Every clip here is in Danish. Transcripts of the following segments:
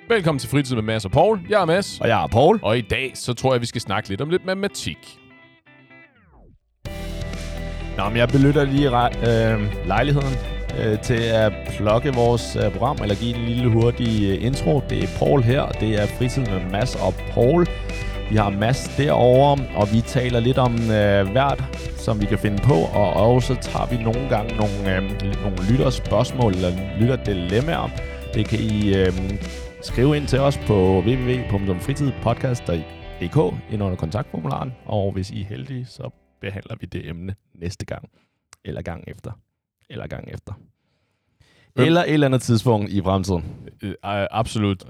Velkommen til Fritid med Mads og Paul. Jeg er Mads. Og jeg er Paul. Og i dag, så tror jeg, vi skal snakke lidt om lidt matematik. Nå, men jeg benytter lige lejligheden til at plukke vores program, eller give en lille hurtig intro. Det er Paul her, og det er Fritid med Mads og Paul. Vi har Mads derovre, og vi taler lidt om hvert, som vi kan finde på, og så tager vi nogle gange nogle lytterspørgsmål eller lytterdilemmaer. Det kan I skrive ind til os på www.fritidpodcast.dk ind under kontaktformularen, og hvis I er heldige, så behandler vi det emne næste gang, eller gang efter. Eller et eller andet tidspunkt i fremtiden. Absolut.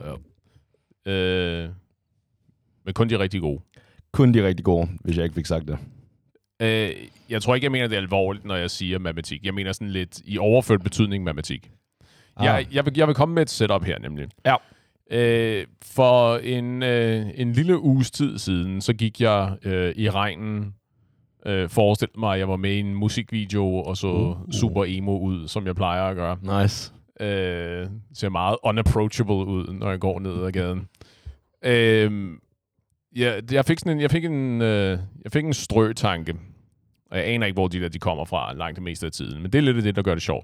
Men kun de rigtig gode. Kun de rigtig gode, hvis jeg ikke fik sagt det. Jeg tror ikke, jeg mener det alvorligt, når jeg siger matematik. Jeg mener sådan lidt i overført betydning matematik. Jeg vil komme med et setup her, nemlig. Ja. For en lille uges tid siden, så gik jeg i regnen, forestilte mig, at jeg var med i en musikvideo, og så super emo ud, som jeg plejer at gøre. Nice. Ser meget unapproachable ud, når jeg går ned ad gaden. Jeg fik en strøtanke, og jeg aner ikke, hvor de kommer fra langt det meste af tiden, men det er lidt det, der gør det sjovt.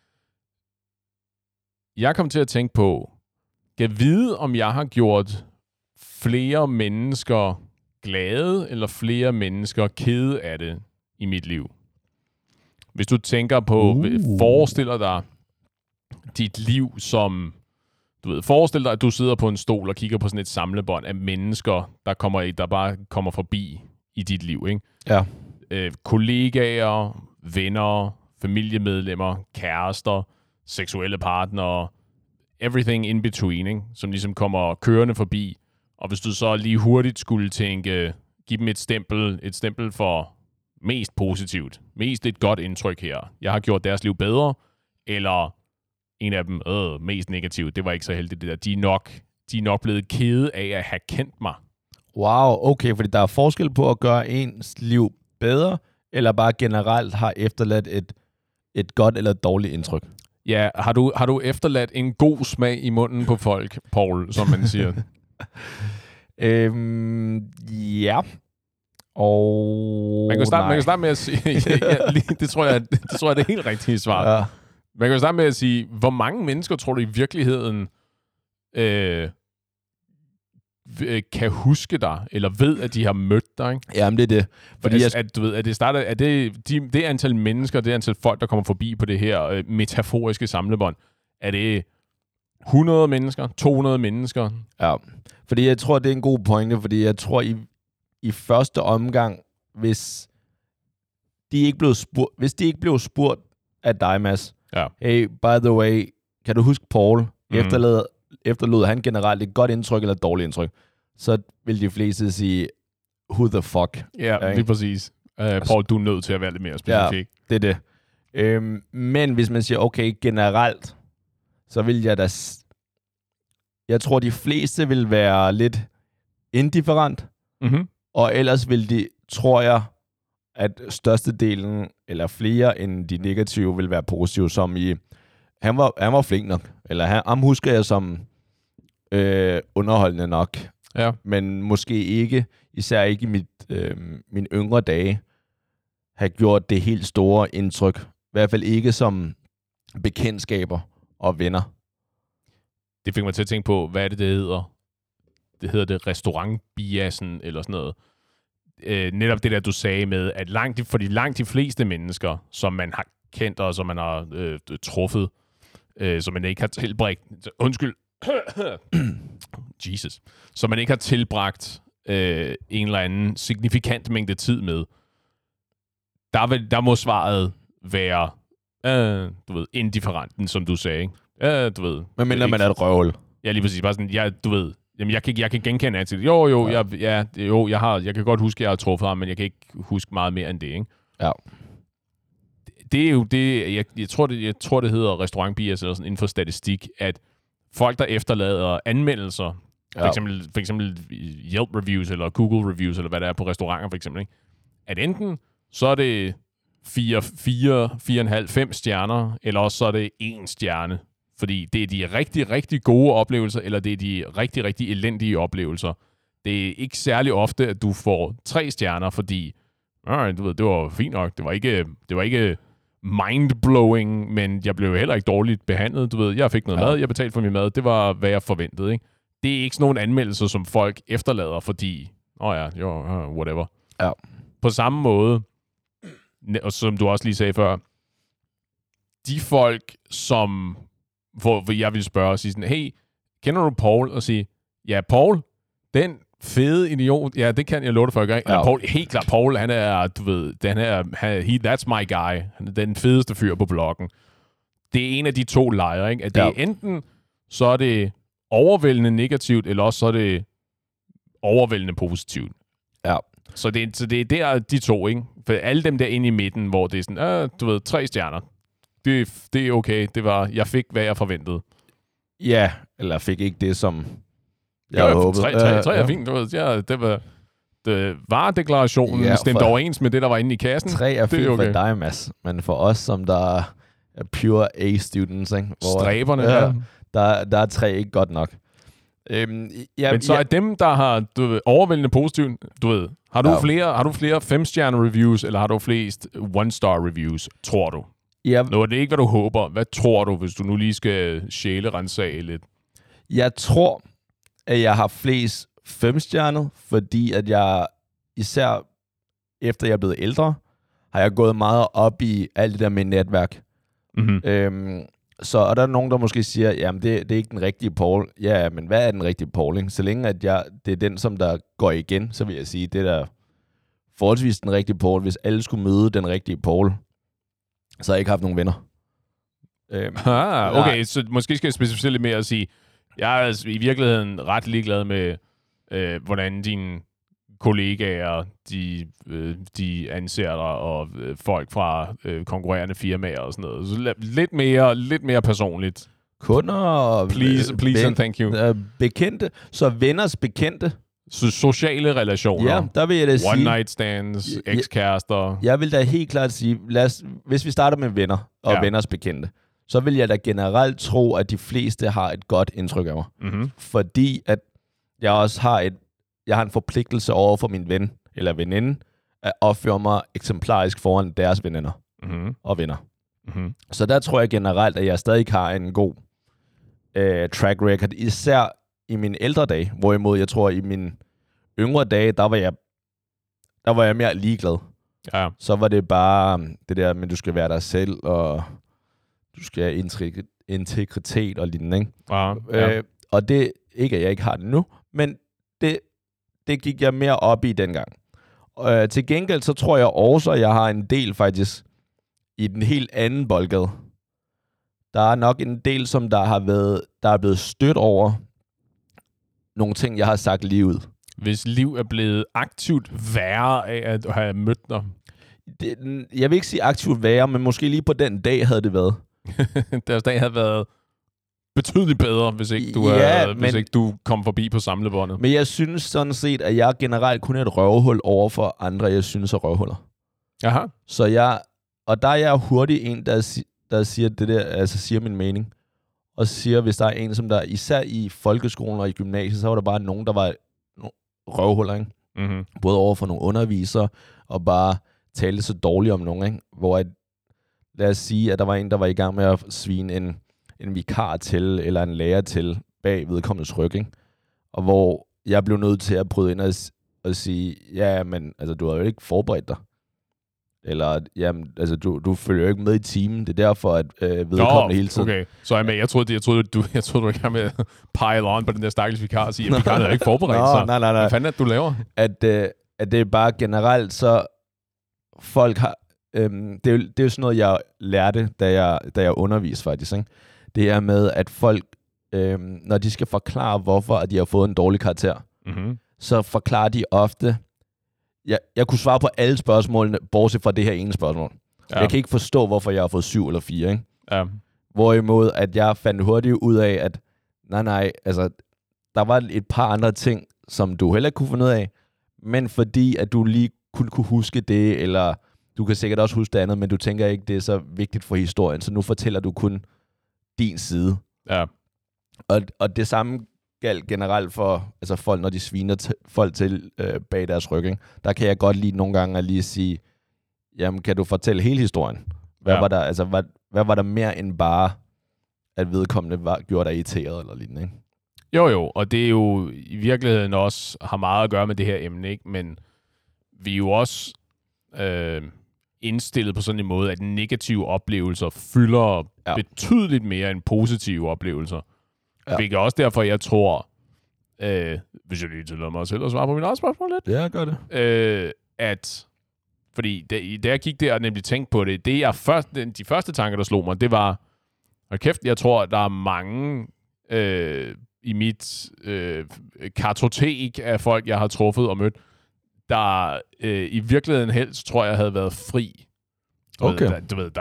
Jeg kom til at tænke på, kan vide, om jeg har gjort flere mennesker glade, eller flere mennesker kede af det i mit liv. Hvis du tænker på, forestiller dig dit liv som, forestil dig, at du sidder på en stol og kigger på sådan et samlebånd af mennesker, der bare kommer forbi i dit liv, ikke? Ja. Kollegaer, venner, familiemedlemmer, kærester, seksuelle partnere, everything in between, ikke? Som ligesom kommer kørende forbi. Og hvis du så lige hurtigt skulle tænke, give dem et stempel for mest positivt, mest et godt indtryk her. Jeg har gjort deres liv bedre, eller en af dem, mest negativt. Det var ikke så heldigt det der. De er nok blevet kede af at have kendt mig. Wow, okay, fordi der er forskel på at gøre ens liv bedre, eller bare generelt har efterladt et godt eller et dårligt indtryk. Ja, har du efterladt en god smag i munden på folk, Paul, som man siger? Ja. Og man kan starte med at sige, det tror jeg er det helt rigtige svar. Ja. Man kan starte med at sige, hvor mange mennesker tror du i virkeligheden kan huske dig, eller ved, at de har mødt dig, ikke? Jamen, det er det. Fordi det antal mennesker, det antal folk, der kommer forbi på det her metaforiske samlebånd, er det 100 mennesker, 200 mennesker? Ja, fordi jeg tror, det er en god pointe, fordi jeg tror, i første omgang, hvis de ikke blev spurgt af dig, Mads, ja. Hey, by the way, kan du huske Paul? Efterlod han generelt et godt indtryk eller et dårligt indtryk, så vil de fleste sige, who the fuck? Ja, lige præcis. Paul, du er nødt til at være lidt mere specifik. Ja, det er det. Men hvis man siger, okay, generelt, så vil jeg tror, de fleste vil være lidt indifferent, og ellers vil tror jeg, at størstedelen, eller flere end de negative, vil være positive, som i, han var flink nok, eller ham husker jeg som underholdende nok, ja. Men måske ikke, især ikke i mine yngre dage, have gjort det helt store indtryk. I hvert fald ikke som bekendtskaber og venner. Det fik mig til at tænke på, hvad er det hedder? Det hedder det restaurantbiasen, eller sådan noget. Netop det der, du sagde med, at langt de fleste mennesker, som man har kendt, og som man har truffet, som man ikke har tilbragt... Jesus. Som man ikke har tilbragt en eller anden signifikant mængde tid med. Der må svaret være, indifferenten, som du sagde, ikke? Men mindre man er et røvl. Ja, lige præcis. Bare sådan, jamen, jeg kan genkende det. Jeg kan godt huske, at jeg har truffet ham, men jeg kan ikke huske meget mere end det, ikke? Ja. Det er jo det, jeg tror, det hedder restaurantbias, eller sådan inden for statistik, at folk, der efterlader anmeldelser, for eksempel Yelp reviews, eller Google reviews, eller hvad der er på restauranter, for eksempel, ikke? At enten så er det 4,5, 5 stjerner, eller også så er det 1 stjerne Fordi det er de rigtig, rigtig gode oplevelser, eller det er de rigtig, rigtig elendige oplevelser. Det er ikke særlig ofte, at du får 3 stjerner, fordi du ved, det var fint nok. Det var ikke mind-blowing, men jeg blev heller ikke dårligt behandlet. Du ved, jeg fik noget mad, jeg betalte for min mad. Det var, hvad jeg forventede, ikke? Det er ikke sådan nogle anmeldelser, som folk efterlader, fordi whatever. Ja. På samme måde, og som du også lige sagde før, de folk, hvor jeg vil spørge og sige sådan, hey, kender du Paul? Og sige, ja, Paul, den fede idiot, ja, det kan jeg love dig for i gang. Ja. Paul, helt klart, Paul, han er, du ved, that's my guy. Han er den fedeste fyr på bloggen. Det er en af de 2 lejre, ikke? At det er enten, så er det overvældende negativt, eller også så er det overvældende positivt. Ja. Så det er der, de 2, ikke? For alle dem der inde i midten, hvor det er sådan, du ved, 3 stjerner. Det er okay. Jeg fik, hvad jeg forventede. Ja, eller fik ikke det, som jeg havde håbet. 3 er fint. Du ved, det var varedeklarationen stemte overens med det, der var inde i kassen. 3 er fint for dig, Mads. Men for os, som der er pure A-students, ikke? Stræberne, der er 3 ikke godt nok. Men så er dem, der har overvældende positivt, du ved, har du flere 5-stjerne reviews, eller har du flest 1-star reviews, tror du? Ja. Nå, det er ikke, hvad du håber. Hvad tror du, hvis du nu lige skal sjæleransage lidt? Jeg tror, at jeg har flest 5-stjerner, fordi at jeg, især efter jeg er blevet ældre, har jeg gået meget op i alt det der med netværk. Mm-hmm. Så er der nogen, der måske siger, jamen det er ikke den rigtige Paul. Ja, men hvad er den rigtige Paul? Ikke? Så længe at det er den, som der går igen, så vil jeg sige, det er der forholdsvis den rigtige Paul. Hvis alle skulle møde den rigtige Paul, så har jeg ikke haft nogen venner. Okay, så måske skal jeg specificere lidt mere at sige, jeg er altså i virkeligheden ret ligeglad med, hvordan dine kollegaer, de anser dig, og folk fra konkurrerende firmaer og sådan noget. Så lidt mere personligt. Kunder, please and thank you. Bekendte, så venners bekendte. Sociale relationer. Ja, der vil jeg da sige. One night stands, ekskærester. Jeg vil da helt klart sige, hvis vi starter med venner og venners bekendte, så vil jeg da generelt tro, at de fleste har et godt indtryk af mig. Mm-hmm. Fordi at jeg også har en forpligtelse over for min ven eller veninde at opføre mig eksemplarisk foran deres veninder og venner. Mm-hmm. Så der tror jeg generelt, at jeg stadig har en god track record, især i mine ældre dage, hvorimod jeg tror, i mine yngre dage, der var jeg mere ligeglad. Ja. Så var det bare det der, men du skal være dig selv, og du skal have integritet og lignende, ikke? Ja. Og det, ikke at jeg ikke har det nu, men det gik jeg mere op i dengang. Til gengæld, så tror jeg også, at jeg har en del faktisk i den helt anden boldgade. Der er nok en del, som der er blevet stødt over nogle ting, jeg har sagt lige ud. Hvis liv er blevet aktivt værre af at have mødt dig? Jeg vil ikke sige aktivt værre, men måske lige på den dag havde det været. Deres dag havde været betydeligt bedre, hvis ikke du kom forbi på samlebåndet. Men jeg synes sådan set, at jeg generelt kun er et røvhul over for andre, jeg synes er røvhuller. Aha. Så der er jeg hurtigt en, der siger det der, altså siger min mening. Og siger, hvis der er en, som der især i folkeskolen og i gymnasiet, så var der bare nogen, der var røvhuller, ikke? Mm-hmm. Både over for nogle undervisere, og bare talte så dårligt om nogen, ikke? Hvor lad os sige, at der var en, der var i gang med at svine en vikar til, eller en lærer til, bag vedkommendes ryg, ikke? Og hvor jeg blev nødt til at bryde ind og sige, ja, men altså, du har jo ikke forberedt dig. Eller, jamen, altså, du følger jo ikke med i timen. Det er derfor, at vedkommende hele tiden. Okay. Så er jeg med. Jeg troede, du var i gang med at pile on på den der stakkels vikar og sige, at vikaren er ikke forberedt sig. Nej. Hvad fanden er det, du laver? At det er bare generelt, så folk har... det er jo sådan noget, jeg lærte, da jeg underviste faktisk. Ikke? Det er med, at folk, når de skal forklare, hvorfor at de har fået en dårlig karakter, så forklarer de ofte... Jeg kunne svare på alle spørgsmålene, bortset fra det her ene spørgsmål. Ja. Jeg kan ikke forstå, hvorfor jeg har fået 7 eller 4, ikke? Ja. Hvorimod, at jeg fandt hurtigt ud af, at nej, altså, der var et par andre ting, som du heller ikke kunne finde ud af, men fordi, at du lige kun kunne huske det, eller du kan sikkert også huske det andet, men du tænker ikke, det er så vigtigt for historien, så nu fortæller du kun din side. Ja. Og det samme galt generelt for altså folk, når de sviner folk til bag deres ryg. Ikke? Der kan jeg godt lide nogle gange at lige sige, jamen kan du fortælle hele historien? Hvad var der mere end bare, at vedkommende gjorde dig irriteret eller lignende, ikke? Jo, og det er jo i virkeligheden også har meget at gøre med det her emne, ikke? Men vi er jo også indstillet på sådan en måde, at negative oplevelser fylder betydeligt mere end positive oplevelser. Ja. Hvilket også derfor, jeg tror, hvis jeg lige tillader mig selv at svare på min eget spørgsmål lidt. Ja, gør det. At, fordi da jeg gik der og nemlig tænkte på det, de første tanker, der slog mig, det var, hold kæft, jeg tror, at der er mange i mit kartotek af folk, jeg har truffet og mødt, der i virkeligheden helst, tror jeg, havde været fri. Okay. Du ved,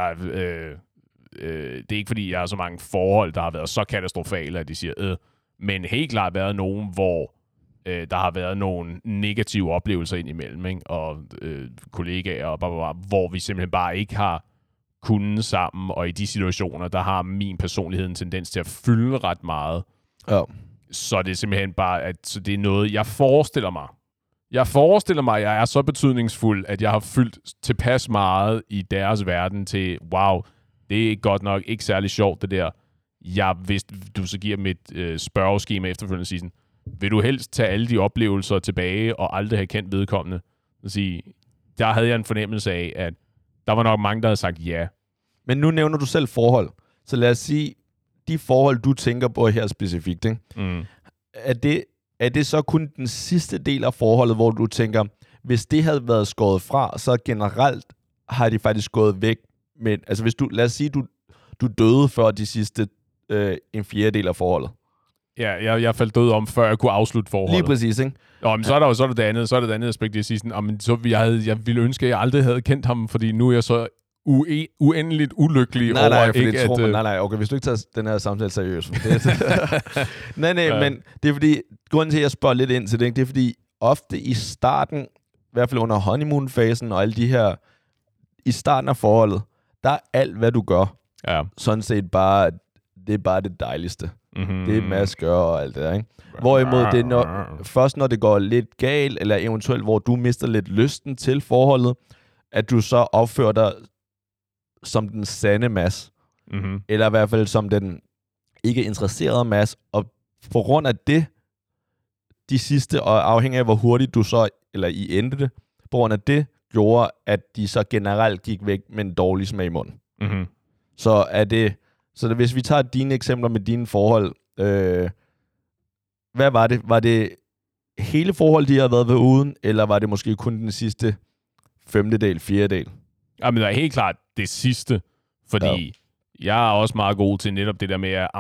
det er ikke, fordi jeg har så mange forhold, der har været så katastrofale, at de siger, men helt klart været nogen, hvor der har været nogle negative oplevelser indimellem, ikke? Og kollegaer, og hvor vi simpelthen bare ikke har kunnet sammen, og i de situationer, der har min personlighed en tendens til at fylde ret meget. Ja. Så det er simpelthen bare, at det er noget, jeg forestiller mig, at jeg er så betydningsfuld, at jeg har fyldt tilpas meget i deres verden til, wow, det er godt nok ikke særlig sjovt, det der. Hvis du så giver mit spørgeskema efterfølgende season, vil du helst tage alle de oplevelser tilbage og aldrig have kendt vedkommende? Der havde jeg en fornemmelse af, at der var nok mange, der havde sagt ja. Men nu nævner du selv forhold. Så lad os sige, de forhold, du tænker på her specifikt, ikke? Mm. Er det så kun den sidste del af forholdet, hvor du tænker, hvis det havde været skåret fra, så generelt har de faktisk gået væk. Men, altså hvis lad os sige, du døde før de sidste en fjerdedel af forholdet. Ja, jeg faldt død om, før jeg kunne afslutte forholdet. Lige præcis, ikke? Men så er der jo det andet aspekt, jeg siger sådan, jeg ville ønske, at jeg aldrig havde kendt ham, fordi nu er jeg så uendeligt ulykkelig over ikke at... Nej, okay, hvis du ikke tager den her samtale seriøst. nej, men det er fordi, grunden til, at jeg spørger lidt ind til det, det er fordi, ofte i starten, i hvert fald under honeymoon-fasen og alle de her, i starten af forholdet, der er alt, hvad du gør, sådan set bare, det er bare det dejligste. Mm-hmm. Det er Mads gør og alt det der, ikke? Hvorimod det først når det går lidt galt, eller eventuelt, hvor du mister lidt lysten til forholdet, at du så opfører dig som den sande Mads. Mm-hmm. Eller i hvert fald som den ikke interesserede Mads. Og på grund af det, de sidste, og afhængig af hvor hurtigt du så, eller I endte det, på grund af det, gjorde, at de så generelt gik væk med en dårlig smag i munden. Mm-hmm. Så hvis vi tager dine eksempler med dine forhold, hvad var det? Var det hele forhold, de har været ved uden, eller var det måske kun den sidste femtedel, fjerdedel? Jamen, det er helt klart det sidste, fordi jeg er også meget god til netop det der med at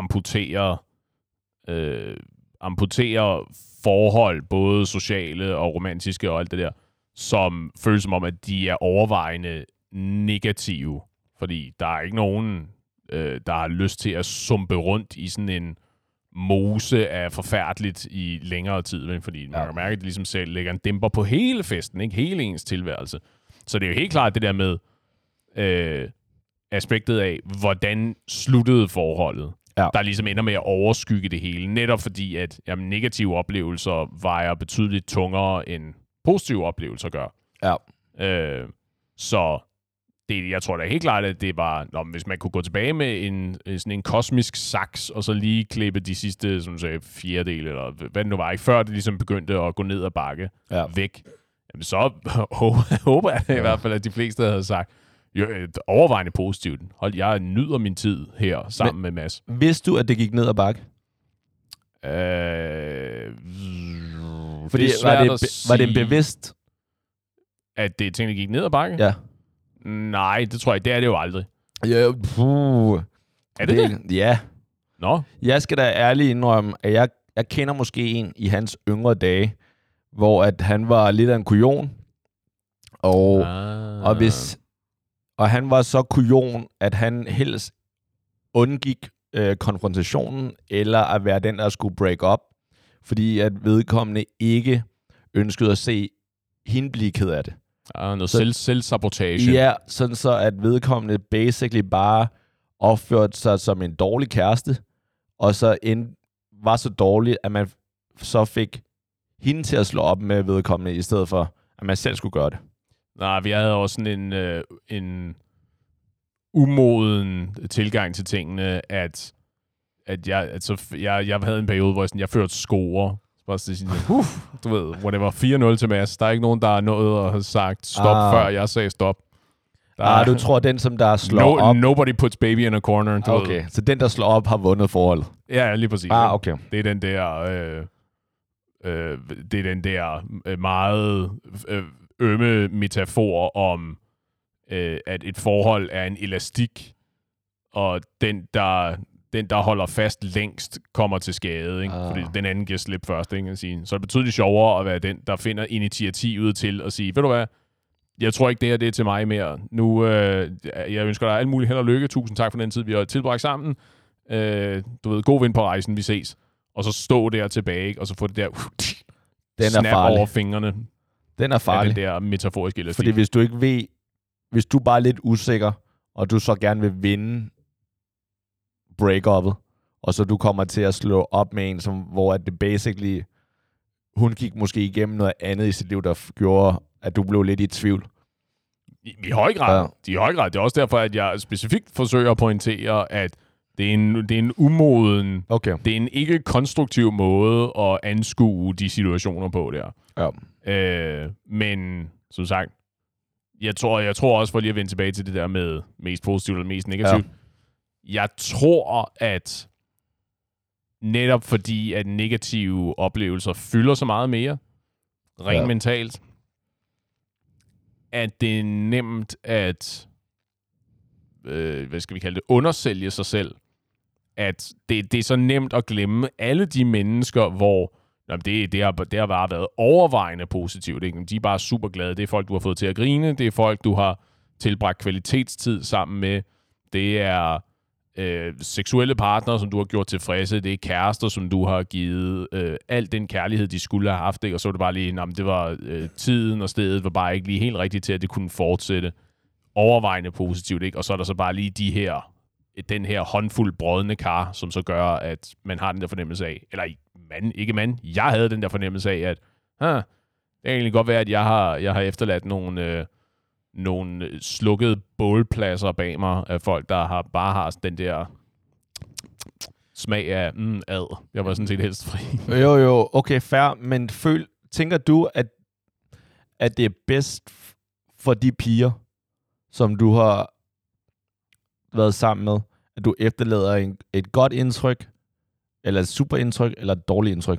amputere forhold, både sociale og romantiske og alt det der, som føles som om, at de er overvejende negative, fordi der er ikke nogen, der har lyst til at sumpe rundt i sådan en mose af forfærdeligt i længere tid, fordi man kan mærke, at det ligesom selv lægger en dæmper på hele festen, ikke? Hele ens tilværelse. Så det er jo helt klart det der med aspektet af, hvordan sluttede forholdet, der ligesom ender med at overskygge det hele, netop fordi, at negative oplevelser vejer betydeligt tungere end positive oplevelser gør. Ja. Så jeg tror da helt klart, at det var, hvis man kunne gå tilbage med sådan en kosmisk saks, og så lige klippe de sidste, som du sagde, fjerdedel, eller hvad det nu var, ikke? Før det ligesom begyndte at gå ned ad bakke væk. Jamen, så håber jeg i hvert fald, at de fleste havde sagt, overvejende positivt. Jeg nyder min tid her sammen med Mads. Vidste du, at det gik ned ad bakke? Fordi var det en bevidst? At det tingene gik ned ad bakke? Ja. Nej, det tror jeg. Det er det jo aldrig. Ja, er det? Ja. Nå? Jeg skal da ærligt indrømme, at jeg kender måske en i hans yngre dage, hvor at han var lidt af en kujon. Og han var så kujon, at han helst undgik konfrontationen, eller at være den, der skulle break up, fordi at vedkommende ikke ønskede at se hende blive ked af det. Noget selvsabotage. Ja, sådan så at vedkommende basically bare opførte sig som en dårlig kæreste, og så var så dårligt, at man så fik hende til at slå op med vedkommende, i stedet for, at man selv skulle gøre det. Nej, vi havde også sådan en umoden tilgang til tingene, at jeg havde en periode, hvor jeg førte score. Bare sådan, du ved, whatever, 4-0 til Mads. Der er ikke nogen, der er nået at have sagt stop, før jeg sagde stop. Du tror, den, som der slår op... Nobody puts baby in a corner. Okay, så den, der slår op, har vundet forholdet? Ja, lige præcis. Okay. Det er den der meget ømme metafor om, at et forhold er en elastik, og den, der holder fast længst, kommer til skade, ikke? Fordi den anden giver slip først, ikke? Så er det betydeligt sjovere at være den, der finder initiativet til at sige, ved du hvad, jeg tror ikke, det er til mig mere. Nu, jeg ønsker dig alt muligt held og lykke. Tusind tak for den tid, vi har tilbragt sammen. Du ved, god vind på rejsen, vi ses. Og så stå der tilbage, ikke? Og så få det der snap over fingrene. Den er farlig. Den der metaforiske elastik. Fordi hvis du ikke ved, hvis du bare er lidt usikker, og du så gerne vil vinde break-up'et, og så du kommer til at slå op med en, hvor at det basically, hun gik måske igennem noget andet i sit liv, der gjorde, at du blev lidt i tvivl. I høj grad. Ja. I høj grad. Det er også derfor, at jeg specifikt forsøger at pointere, at det er en umoden, det er en ikke konstruktiv måde at anskue de situationer på der. Ja. Men som sagt, jeg tror også, for lige at vende tilbage til det der med mest positivt eller mest negativt, jeg tror, at netop fordi, at negative oplevelser fylder så meget mere, rent mentalt, at det er nemt at, hvad skal vi kalde det, undersælge sig selv. At det er så nemt at glemme alle de mennesker, hvor det har bare været overvejende positivt. Ikke? De er bare super glade. Det er folk, du har fået til at grine. Det er folk, du har tilbragt kvalitetstid sammen med. Det er seksuelle partnere, som du har gjort tilfredse. Det er kærester, som du har givet al den kærlighed, de skulle have haft. Ikke? Og så var det bare lige, det var tiden og stedet var bare ikke lige helt rigtigt til, at det kunne fortsætte. Overvejende positivt, ikke? Og så er der så bare lige den her håndfuld brodne kar, som så gør, at man har den der fornemmelse af, eller jeg havde den der fornemmelse af, at det kan egentlig godt være, at jeg har efterladt nogle slukkede bålpladser bag mig af folk, der bare har den der smag af ad. Jeg var sådan set helst fri. Jo, okay, fair, men tænker du, at det er bedst for de piger, som du har været sammen med, at du efterlader et godt indtryk, eller et super indtryk, eller et dårligt indtryk?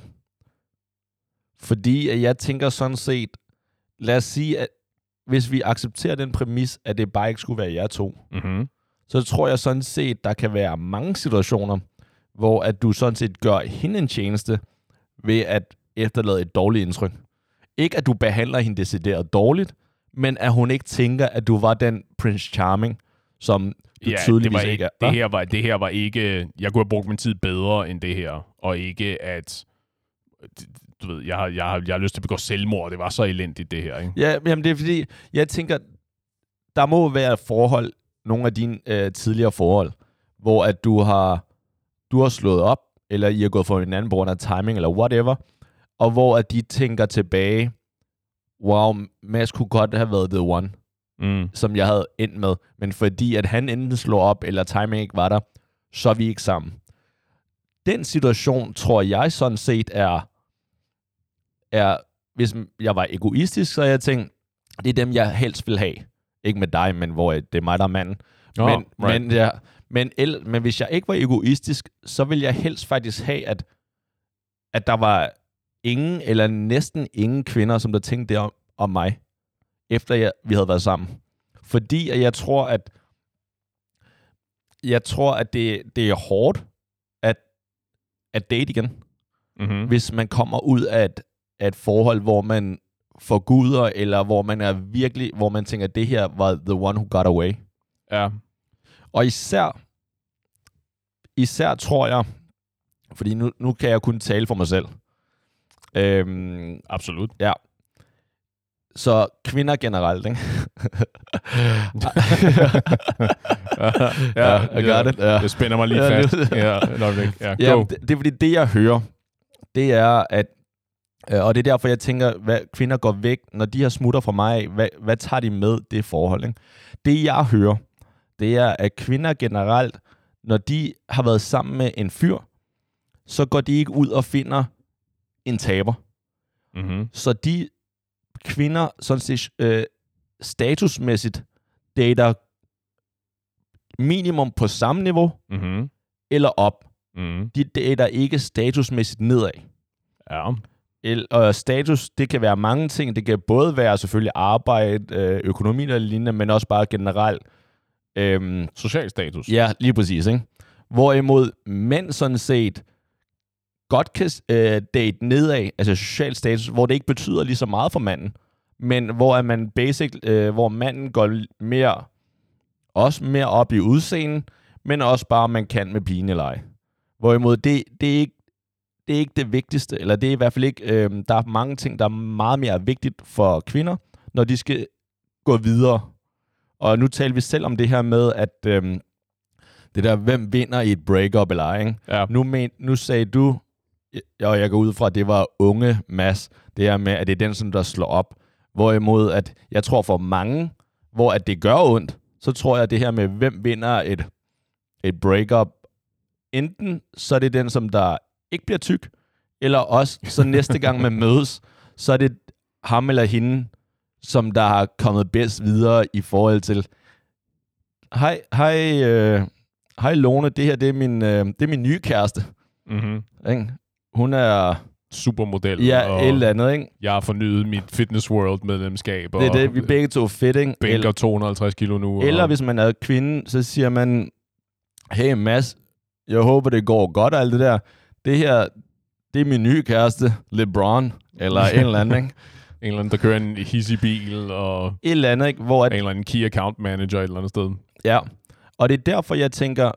Fordi jeg tænker sådan set, lad os sige, at hvis vi accepterer den præmis, at det bare ikke skulle være jer to, så tror jeg sådan set, der kan være mange situationer, hvor at du sådan set gør hende en tjeneste ved at efterlade et dårligt indtryk. Ikke at du behandler hende decideret dårligt, men at hun ikke tænker, at du var den Prince Charming, som du tydeligvis ikke er. Det her var ikke... Jeg kunne have brugt min tid bedre end det her, og ikke at... Du ved, jeg har lyst til at begå selvmord. Det var så elendigt, det her, ikke? Ja, jamen det er fordi, jeg tænker, der må være forhold, nogle af dine tidligere forhold, hvor at du har slået op, eller I har gået for hinanden på grund af timing, eller whatever, og hvor at de tænker tilbage, wow, Mads kunne godt have været the one, som jeg havde endt med, men fordi at han enten slog op, eller timing ikke var der, så er vi ikke sammen. Den situation, tror jeg sådan set er, hvis jeg var egoistisk, så jeg tænkte, det er dem, jeg helst vil have. Ikke med dig, men hvor det er mig, der er manden. Men hvis jeg ikke var egoistisk, så ville jeg helst faktisk have, at der var ingen, eller næsten ingen kvinder, som der tænkte det om mig, efter vi havde været sammen. Fordi at jeg tror, at det er hårdt at date igen. Hvis man kommer ud af et forhold, hvor man forguder, eller hvor man er virkelig, hvor man tænker, at det her var the one who got away. Ja. Og især tror jeg, fordi nu kan jeg kun tale for mig selv. Absolut. Ja. Så kvinder generelt, ikke? I got it. Det spænder mig lige fast. Det er fordi, det jeg hører, det er, at og det er derfor, jeg tænker, hvad kvinder går væk, når de har smutter fra mig af, hvad tager de med det forhold, ikke? Det jeg hører, det er, at kvinder generelt, når de har været sammen med en fyr, så går de ikke ud og finder en taber. Mm-hmm. Så de kvinder, sådan set statusmæssigt, dater minimum på samme niveau, mm-hmm. eller op. Mm-hmm. De dater ikke statusmæssigt nedad. Ja. Og status, det kan være mange ting. Det kan både være selvfølgelig arbejde, økonomi eller lignende, men også bare generelt. Social status. Ja, lige præcis. Ikke? Hvorimod mænd sådan set godt kan date nedad, altså social status, hvor det ikke betyder lige så meget for manden, men hvor man hvor manden går mere op i udseende, men også bare, man kan med pigen eller ej. Hvorimod det er ikke det vigtigste, eller det er i hvert fald ikke, der er mange ting, der er meget mere vigtigt for kvinder, når de skal gå videre. Og nu taler vi selv om det her med, at det der, hvem vinder i et breakup eller ej, ikke? Ja. Nu sagde du, og jeg går ud fra, at det var unge Mads, det her med, at det er den, som der slår op. Hvorimod, at jeg tror for mange, hvor at det gør ondt, så tror jeg, at det her med, hvem vinder et breakup, enten så er det den, som der ikke bliver tyk, eller også så næste gang man mødes, så er det ham eller hende, som der har kommet bedst videre i forhold til, hej Lone, det her det er min nye kæreste. Mm-hmm. Hun er supermodel. Ja, og et eller andet, ikke? Jeg har fornyet mit Fitness World medlemskab. Det er det, vi begge to fitting. Bænker 250 kilo nu. Eller hvis man er kvinde, så siger man, hey Mads, jeg håber det går godt alt det der. Det her, det er min nye kæreste, LeBron, eller en eller anden, ikke? En eller anden, der kører en hissig bil, og et eller andet, ikke? Hvor en eller anden key account manager et eller andet sted. Ja, og det er derfor, jeg tænker,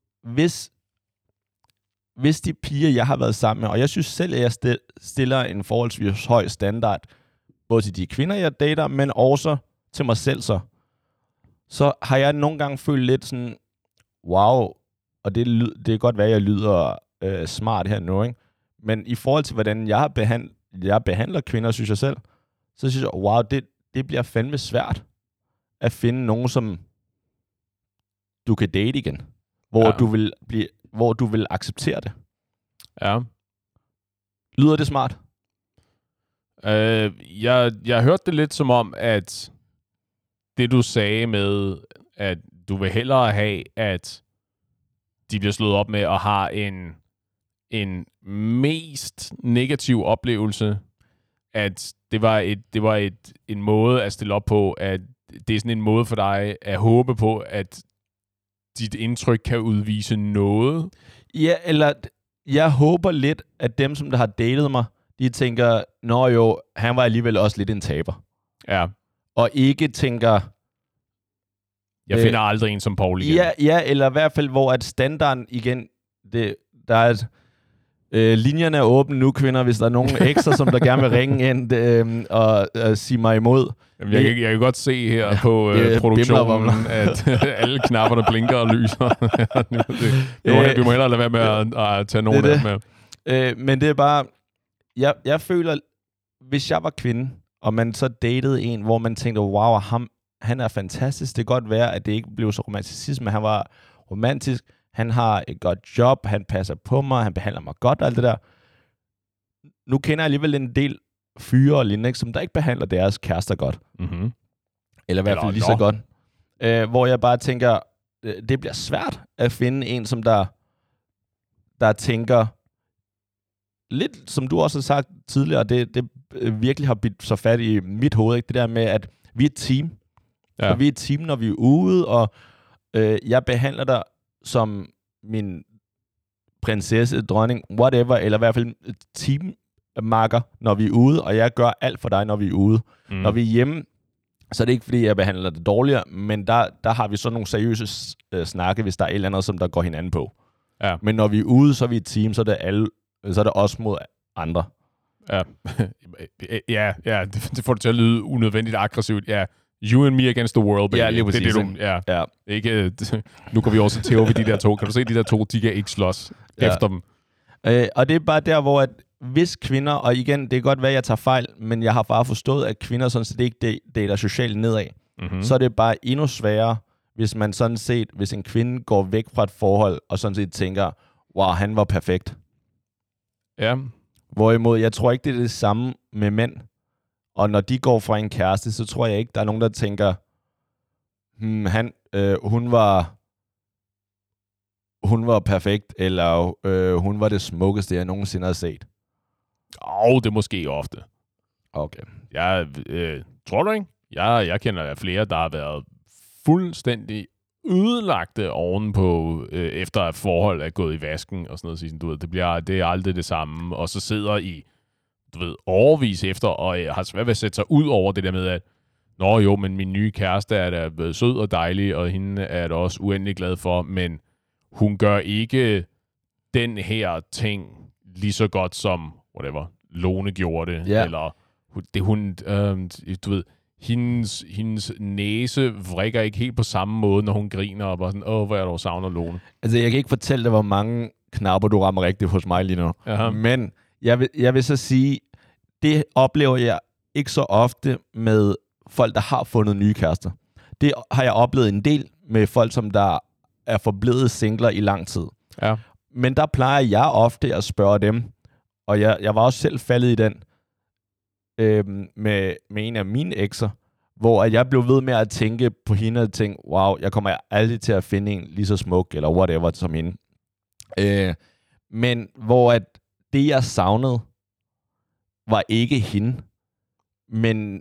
hvis de piger, jeg har været sammen med, og jeg synes selv, at jeg stiller en forholdsvis høj standard, både til de kvinder, jeg dater, men også til mig selv så har jeg nogle gange følt lidt sådan, wow, og det kan godt være, at jeg lyder smart her nu, ikke? Men i forhold til, hvordan jeg behandler kvinder, synes jeg selv, så synes jeg, wow, det bliver fandme svært at finde nogen, som du kan date igen, hvor du vil acceptere det. Ja. Lyder det smart? Jeg hørte det lidt som om, at det du sagde med, at du vil hellere have, at de bliver slået op med at have en mest negativ oplevelse, at det var en måde at stille op på, at det er sådan en måde for dig at håbe på, at dit indtryk kan udvise noget. Ja, eller jeg håber lidt, at dem, som der har datet mig, de tænker, nå jo, han var alligevel også lidt en taber. Ja. Og ikke tænker, jeg finder aldrig en som Paul igen. Ja, eller i hvert fald, hvor at standarden igen, der er linjerne er åbne nu, kvinder, hvis der er nogen ekstra, som der gerne vil ringe ind og sige mig imod. Jamen, jeg kan godt se her på produktionen, at alle knapperne blinker og lyser. Vi må hellere lade være med at tage nogen af dem med. Men det er bare, jeg føler, hvis jeg var kvinde, og man så datede en, hvor man tænkte, wow, han er fantastisk. Det kan godt være, at det ikke blev så romantisk, men han var romantisk. Han har et godt job, han passer på mig, han behandler mig godt og alt det der. Nu kender jeg alligevel en del fyre og lignende, som der ikke behandler deres kærester godt. Mm-hmm. Eller i hvert fald lige så godt. Hvor jeg bare tænker, det bliver svært at finde en, som der tænker, lidt som du også har sagt tidligere, det virkelig har bidt så fat i mit hoved, ikke? Det der med, at vi er et team. Ja. Og vi er et team, når vi er ude, og jeg behandler dig som min prinsesse, dronning, whatever, eller i hvert fald teammarker, når vi er ude, og jeg gør alt for dig, når vi er ude. Mm. Når vi er hjemme, så er det ikke, fordi jeg behandler det dårligere, men der har vi så nogle seriøse snakke, hvis der er et eller andet, som der går hinanden på. Ja. Men når vi er ude, så er vi et team, så er det os mod andre. Ja, det får det til at lyde unødvendigt aggressivt. Ja, you and me against the world, baby. Ja, lige præcis. Det er det, du... Ja. Ikke, nu går vi også til ved de der to. Kan du se, de der to, de kan ikke slås efter dem. Og det er bare der, hvor at hvis kvinder, og igen, det kan godt være, at jeg tager fejl, men jeg har bare forstået, at kvinder sådan set ikke deler socialt nedad. Mm-hmm. Så er det bare endnu sværere, hvis man sådan set, hvis en kvinde går væk fra et forhold, og sådan set tænker, wow, han var perfekt. Ja. Hvorimod, jeg tror ikke, det er det samme med mænd. Og når de går fra en kæreste, så tror jeg ikke, der er nogen, der tænker, hun var perfekt, eller hun var det smukkeste, jeg nogensinde har set. Det er måske ofte. Okay. Tror du ikke? Jeg kender flere, der har været fuldstændig ødelagte ovenpå, efter at forhold er gået i vasken og sådan noget. Sådan, du ved, det er aldrig det samme. Og så sidder I, årevis efter, og har svært ved at sætte sig ud over det der med, at men min nye kæreste er da sød og dejlig, og hende er jeg da også uendelig glad for, men hun gør ikke den her ting lige så godt som, Lone gjorde det. Yeah. Eller hendes næse vrikker ikke helt på samme måde, når hun griner, og bare sådan, hvor er du savner Lone. Altså, jeg kan ikke fortælle dig, hvor mange knapper du rammer rigtigt hos mig lige nu. Aha. Men jeg vil så sige, det oplever jeg ikke så ofte med folk, der har fundet nye kærester. Det har jeg oplevet en del med folk, som der er forblevet singler i lang tid. Ja. Men der plejer jeg ofte at spørge dem, og jeg var også selv faldet i den, med en af mine ekser, hvor at jeg blev ved med at tænke på hende og tænke, wow, jeg kommer aldrig til at finde en lige så smuk, eller whatever, som hende. Men hvor at det, jeg savnede, var ikke hende, men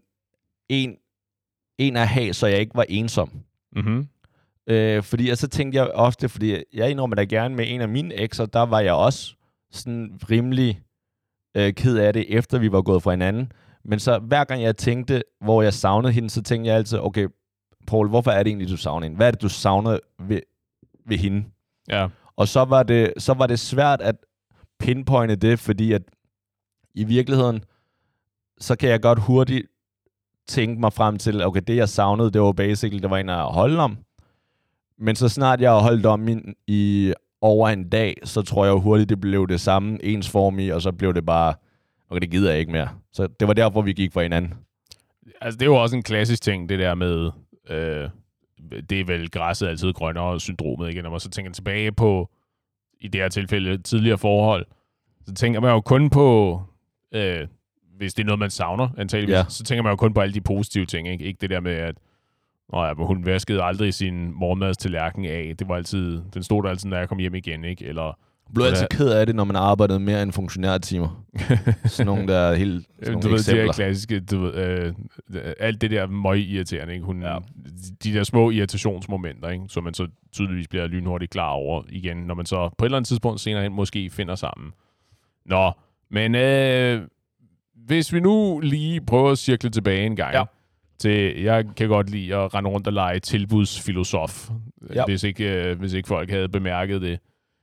en at have, så jeg ikke var ensom. Mm-hmm. Fordi så tænkte jeg ofte, fordi jeg indrømmer da gerne med en af mine ekser, der var jeg også sådan rimelig ked af det, efter vi var gået fra hinanden. Men så hver gang jeg tænkte, hvor jeg savnede hende, så tænkte jeg altid, okay, Paul, hvorfor er det egentlig, du savner hende? Hvad er det, du savner ved hende? Ja. Og så var det svært at pinpointe det, fordi at i virkeligheden, så kan jeg godt hurtigt tænke mig frem til, okay, det jeg savnede, det var basically, det var en at holde om. Men så snart jeg har holdt om i over en dag, så tror jeg hurtigt, det blev det samme ensformige, og så blev det bare, okay, det gider jeg ikke mere. Så det var derfor, vi gik fra hinanden. Altså, det er jo også en klassisk ting, det der med, det er vel græsset altid grønnere syndromet, ikke? Når man så tænker tilbage på, i det her tilfælde, tidligere forhold, så tænker man jo kun på, hvis det er noget, man savner, antageligvis, så tænker man jo kun på alle de positive ting, ikke? Ikke det der med, at hun vaskede aldrig sin morgenmadstallerken af. Det var altid, den stod der altid, når jeg kom hjem igen, ikke? Eller blev altid ked af det, når man arbejdede mere end funktionærtimer. Sådan nogle, der er helt du ved, det er klassiske, alt det der møg-irriterende, ikke? De der små irritationsmomenter, ikke? Som man så tydeligvis bliver lynhurtigt klar over igen, når man så på et eller andet tidspunkt senere hen måske finder sammen. Nå, men hvis vi nu lige prøver at cirkle tilbage en gang, til, jeg kan godt lide at rende rundt og lege tilbudsfilosof, hvis ikke folk havde bemærket det.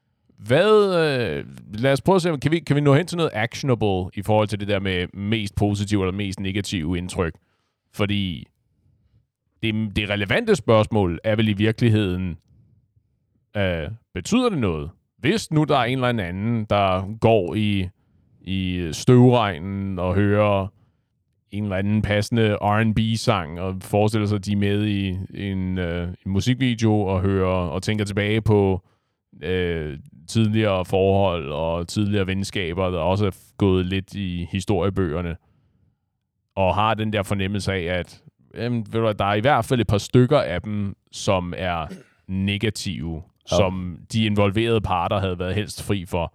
Lad os prøve at se, kan vi nå hen til noget actionable i forhold til det der med mest positive eller mest negative indtryk? Fordi det relevante spørgsmål er vel i virkeligheden, betyder det noget? Hvis nu der er en eller anden, der går i støvregnen og hører en eller anden passende R&B-sang og forestiller sig, at de er med i en musikvideo og hører og tænker tilbage på tidligere forhold og tidligere venskaber, der også er gået lidt i historiebøgerne, og har den der fornemmelse af, at der er i hvert fald et par stykker af dem, som er negative, som de involverede parter havde været helst fri for.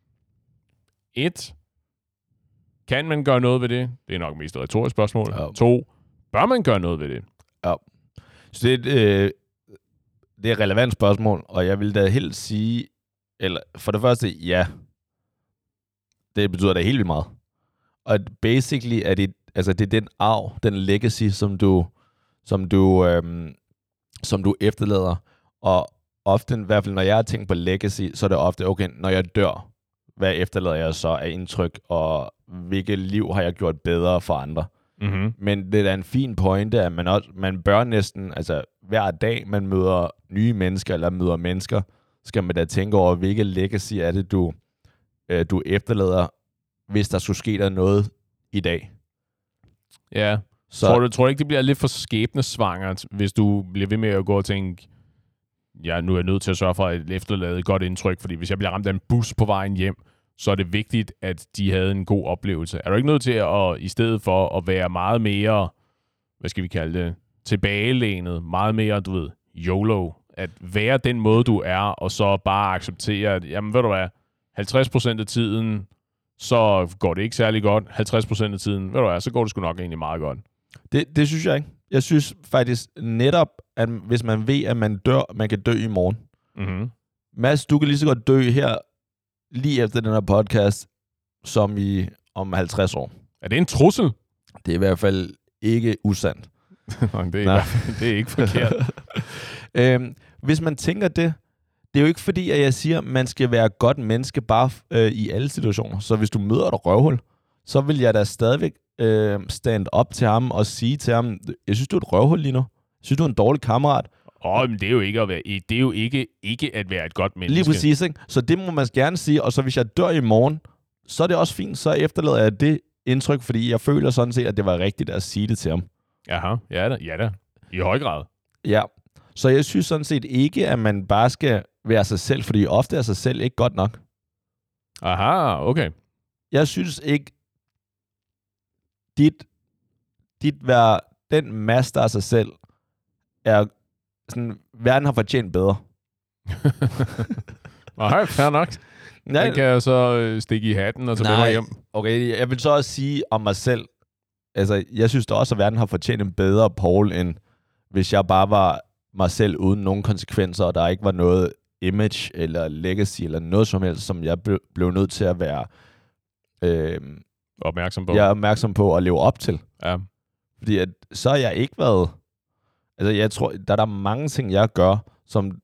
1. Kan man gøre noget ved det? Det er nok mest et retorisk spørgsmål. 2. Bør man gøre noget ved det? Ja. Så det er et relevant spørgsmål, og jeg vil da helt sige, eller for det første, ja. Det betyder da helt vildt meget. Og basically er det, altså det er den arv, den legacy, som du efterlader. Og ofte, i hvert fald når jeg har tænkt på legacy, så er det ofte, okay, når jeg dør, hvad efterlader jeg så af indtryk, og hvilket liv har jeg gjort bedre for andre. Mm-hmm. Men det er da en fin pointe, at man bør næsten, altså hver dag, man møder nye mennesker, eller møder mennesker, skal man da tænke over, hvilke legacy er det, du efterlader, hvis der skulle ske der noget i dag. Ja. Så tror du ikke, det bliver lidt for skæbnesvangert, hvis du bliver ved med at gå og tænke, ja, nu er jeg nødt til at sørge for at efterlade et godt indtryk, fordi hvis jeg bliver ramt af en bus på vejen hjem, så er det vigtigt, at de havde en god oplevelse. Er du ikke nødt til at, i stedet for at være meget mere, hvad skal vi kalde det, tilbagelænet, meget mere, du ved, YOLO, at være den måde, du er, og så bare acceptere, at, jamen ved du hvad, 50% af tiden, så går det ikke særlig godt. 50% af tiden, ved du hvad, så går det sgu nok egentlig meget godt. Det synes jeg ikke. Jeg synes faktisk netop, at hvis man ved, at man kan dø i morgen. Mm-hmm. Mads, du kan lige så godt dø her, lige efter den her podcast, som om 50 år. Er det en trussel? Det er i hvert fald ikke usandt. det er ikke forkert. Hvis man tænker det er jo ikke fordi, at jeg siger, at man skal være et godt menneske bare i alle situationer. Så hvis du møder et røvhul, så vil jeg da stadigvæk stand op til ham og sige til ham, jeg synes, du er et røvhul lige nu. Jeg synes, du er en dårlig kammerat. Men det er jo ikke at være et godt menneske. Lige præcis, ikke? Så det må man gerne sige. Og så hvis jeg dør i morgen, så er det også fint. Så efterlader jeg det indtryk, fordi jeg føler sådan set, at det var rigtigt at sige det til ham. Aha, ja da. I høj grad. Ja, så jeg synes sådan set ikke, at man bare skal være sig selv, fordi ofte er sig selv ikke godt nok. Aha, okay. Jeg synes ikke, dit være den master af sig selv, er sådan, verden har fortjent bedre. Nej, fair nok. Nej, den kan jeg så stikke i hatten og tage med mig hjem. Okay, jeg vil så også sige om mig selv, altså jeg synes da også, at verden har fortjent en bedre Paul, end hvis jeg bare var mig selv uden nogen konsekvenser, og der ikke var noget image eller legacy eller noget som helst, som jeg blev nødt til at være opmærksom på. Jeg er opmærksom på at leve op til. Ja. Fordi så har jeg ikke været... Altså jeg tror, der er mange ting, jeg gør, som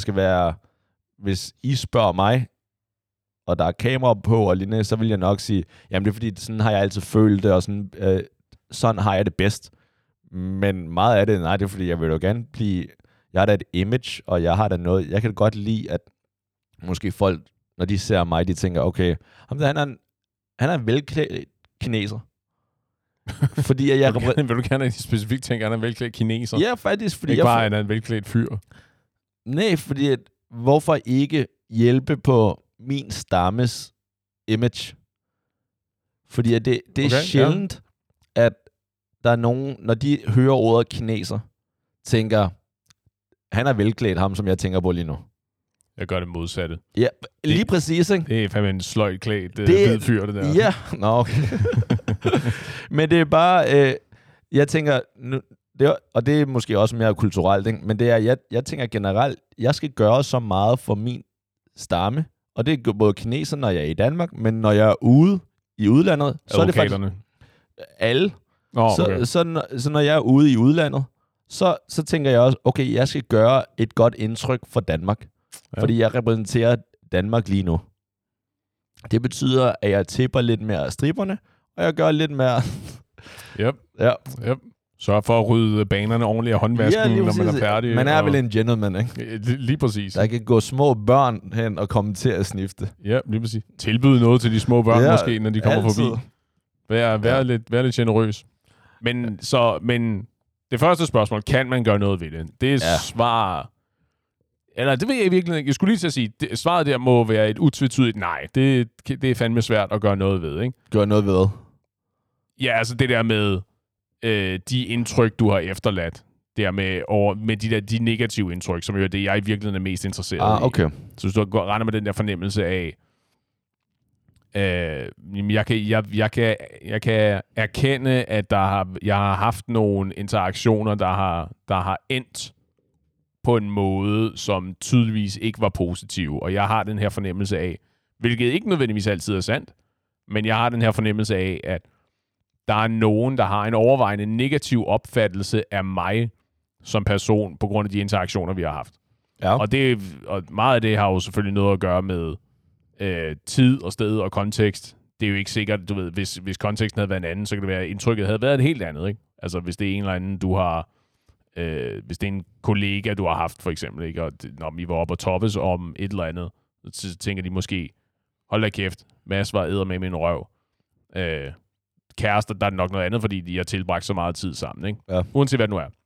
hvis I spørger mig, og der er kamera på og lignende, så vil jeg nok sige, jamen det er fordi, sådan har jeg altid følt det, og sådan har jeg det bedst. Men meget af det, nej, det er fordi, jeg vil jo gerne blive... Jeg har da et image, og jeg har da noget... Jeg kan godt lide, at måske folk, når de ser mig, de tænker, okay, han er en velklædt kineser. Fordi at jeg... Vil du gerne specifikt tænke, at han er en velklædt kineser? Ja, faktisk. Fordi ikke bare, at han er en velklædt fyr. Nej, fordi hvorfor ikke hjælpe på min stammes image? Fordi at det er okay, sjældent, at der er nogen, når de hører ordet kineser, tænker, han er velklædt, ham som jeg tænker på lige nu. Jeg gør det modsatte. Ja, lige præcis, ikke? Det er fandme en sløjtklædt hvid fyr, det der. Ja, okay. Men det er bare, jeg tænker, og det er måske også mere kulturelt, ikke? Men det er, jeg tænker generelt, jeg skal gøre så meget for min stamme, og det er både kineser, når jeg er i Danmark, men når jeg er ude i udlandet, så er det faktisk alle. Okay. Så når jeg er ude i udlandet, så tænker jeg også, okay, jeg skal gøre et godt indtryk for Danmark. Ja. Fordi jeg repræsenterer Danmark lige nu. Det betyder, at jeg tipper lidt mere af stripperne, og jeg gør lidt mere... Yep. Sørg for at rydde banerne ordentligt af håndvasken, når man er færdig. Man er vel en gentleman, ikke? Lige præcis. Der kan gå små børn hen og komme til at snifte. Ja, lige præcis. Tilbyde noget til de små børn måske, når de kommer forbi. Vær lidt generøs. Men det første spørgsmål, kan man gøre noget ved det? Det er svar... Eller det ved jeg virkelig ikke. Jeg skulle lige til at sige, svaret der må være et utvetydigt nej. Det er fandme svært at gøre noget ved, ikke? Gøre noget ved hvad? Ja, altså det der med de indtryk, du har efterladt. Der med de negative indtryk, som jo er det, jeg i virkeligheden er mest interesseret i. Okay. Så hvis du render med den der fornemmelse af, jeg kan erkende, at jeg har haft nogle interaktioner, der har endt på en måde, som tydeligvis ikke var positiv. Og jeg har den her fornemmelse af, hvilket ikke nødvendigvis altid er sandt, men jeg har den her fornemmelse af, at der er nogen, der har en overvejende negativ opfattelse af mig som person, på grund af de interaktioner, vi har haft. Ja. Og meget af det har jo selvfølgelig noget at gøre med tid og sted og kontekst. det er jo ikke sikkert, du ved, hvis konteksten havde været en anden, så kan det være, at indtrykket havde været et helt andet, ikke? Altså, hvis det er en eller anden, du har... hvis det er en kollega, du har haft, for eksempel, ikke? Og når vi var oppe og toppes om et eller andet, så tænker de måske, hold da kæft, Mads var eddermame med en røv. Kærester, der er nok noget andet, fordi de har tilbragt så meget tid sammen, ikke? Ja. Uanset hvad det nu er.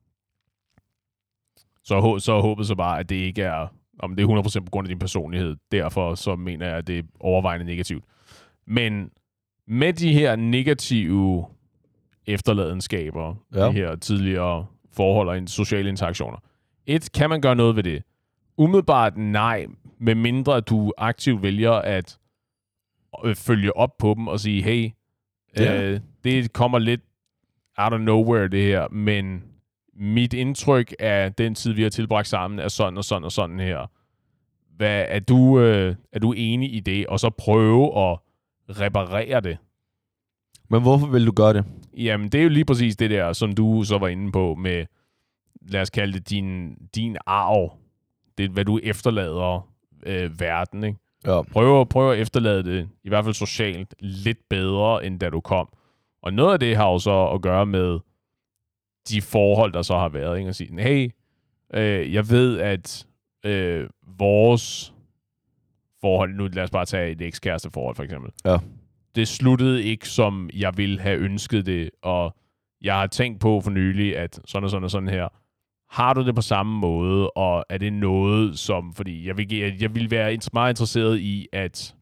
Så håbet så bare, at det ikke er, om det er 100% på grund af din personlighed. Derfor så mener jeg, at det er overvejende negativt. Men med de her negative efterladenskaber, de her tidligere forhold og sociale interaktioner, kan man gøre noget ved det? Umiddelbart nej, med mindre at du aktivt vælger at følge op på dem og sige, hey, det kommer lidt out of nowhere det her, men mit indtryk af den tid, vi har tilbragt sammen, er sådan og sådan og sådan her. Er du enig i det? Og så prøve at reparere det. Men hvorfor vil du gøre det? Jamen, det er jo lige præcis det der, som du så var inde på med, lad os kalde det din arv. Det er, hvad du efterlader verden, ikke? Ja. Prøv at efterlade det, i hvert fald socialt, lidt bedre, end da du kom. Og noget af det har jo så at gøre med de forhold, der så har været, ikke? At sige, hey, jeg ved, at vores forhold, nu lad os bare tage et ekskæresteforhold, for eksempel. Ja. Det sluttede ikke, som jeg ville have ønsket det, og jeg har tænkt på for nylig, at sådan og sådan og sådan her, har du det på samme måde, og er det noget, som, fordi jeg vil være meget interesseret i, at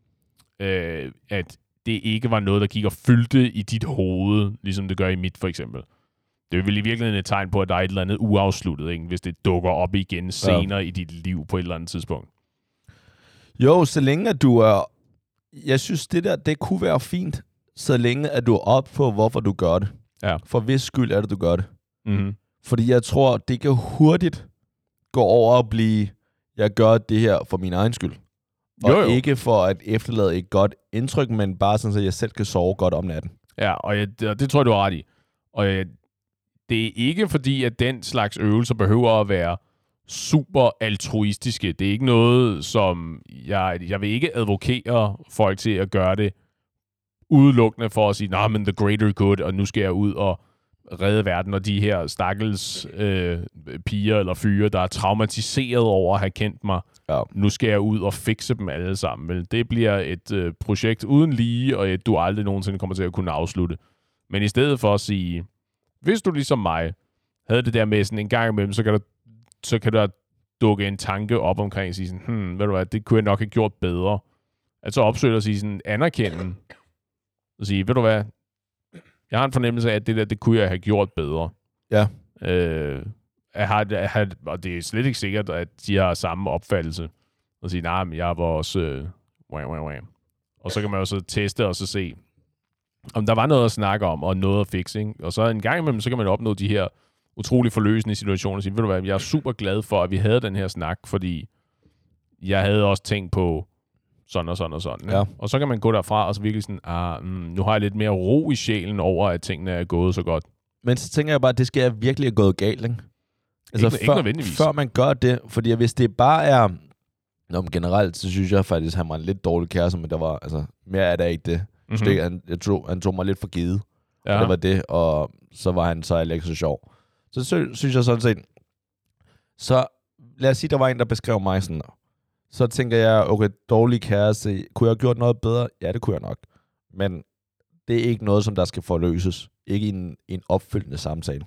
det ikke var noget, der gik og fyldte i dit hoved, ligesom det gør i mit, for eksempel. Det er vel i virkeligheden et tegn på, at der er et eller andet uafsluttet, ikke? Hvis det dukker op igen senere i dit liv på et eller andet tidspunkt. Jo, så længe at du er... Jeg synes, det kunne være fint, så længe at du er op på, hvorfor du gør det. Ja. For hvis skyld er det, du gør det. Mm-hmm. Fordi jeg tror, det kan hurtigt gå over og blive, jeg gør det her for min egen skyld. Og ikke for at efterlade et godt indtryk, men bare sådan, så jeg selv kan sove godt om natten. Ja, og det tror jeg, du har ret i. Og det er ikke fordi, at den slags øvelser behøver at være super altruistiske. Det er ikke noget, som jeg vil ikke advokere folk til at gøre det udelukkende for at sige, nej, men the greater good, og nu skal jeg ud og redde verden, og de her stakkels piger eller fyre, der er traumatiseret over at have kendt mig. Ja. Nu skal jeg ud og fikse dem alle sammen. Men det bliver et projekt uden lige, og du aldrig nogensinde kommer til at kunne afslutte. Men i stedet for at sige, hvis du ligesom mig havde det der med sådan en gang imellem, så kan der dukke en tanke op omkring og sige sådan, ved du hvad, det kunne jeg nok have gjort bedre. At så opsøge og sige sådan, anerkende og sige, ved du hvad, jeg har en fornemmelse af, at det der, det kunne jeg have gjort bedre. Ja. Og det er slet ikke sikkert, at de har samme opfattelse. Og sige, nej, men jeg var også... Og så kan man jo så teste og så se, om der var noget at snakke om, og noget at fikse, ikke? Og så en gang imellem, så kan man opnå de her utrolig forløsende situationer, og sige, ved du hvad, jeg er super glad for, at vi havde den her snak, fordi jeg havde også tænkt på sådan og sådan og sådan. Ja. Og så kan man gå derfra, og så virkelig sådan, nu har jeg lidt mere ro i sjælen over, at tingene er gået så godt. Men så tænker jeg bare, at det skal virkelig have gået galt, ikke? Altså ikke nødvendigvis. Før man gør det, fordi hvis det bare er... generelt, så synes jeg faktisk, at han var en lidt dårlig kæreste, men der var, altså, mere er der ikke det. Mm-hmm. Han tog mig lidt for givet. Ja. Og det var det, og så var han så ikke så sjov. Så synes jeg sådan set, så lad os sige, der var en, der beskrev mig sådan, så tænker jeg, okay, dårlig kæreste, kunne jeg have gjort noget bedre? Ja, det kunne jeg nok. Men det er ikke noget, som der skal forløses. Ikke i en opfølgende samtale.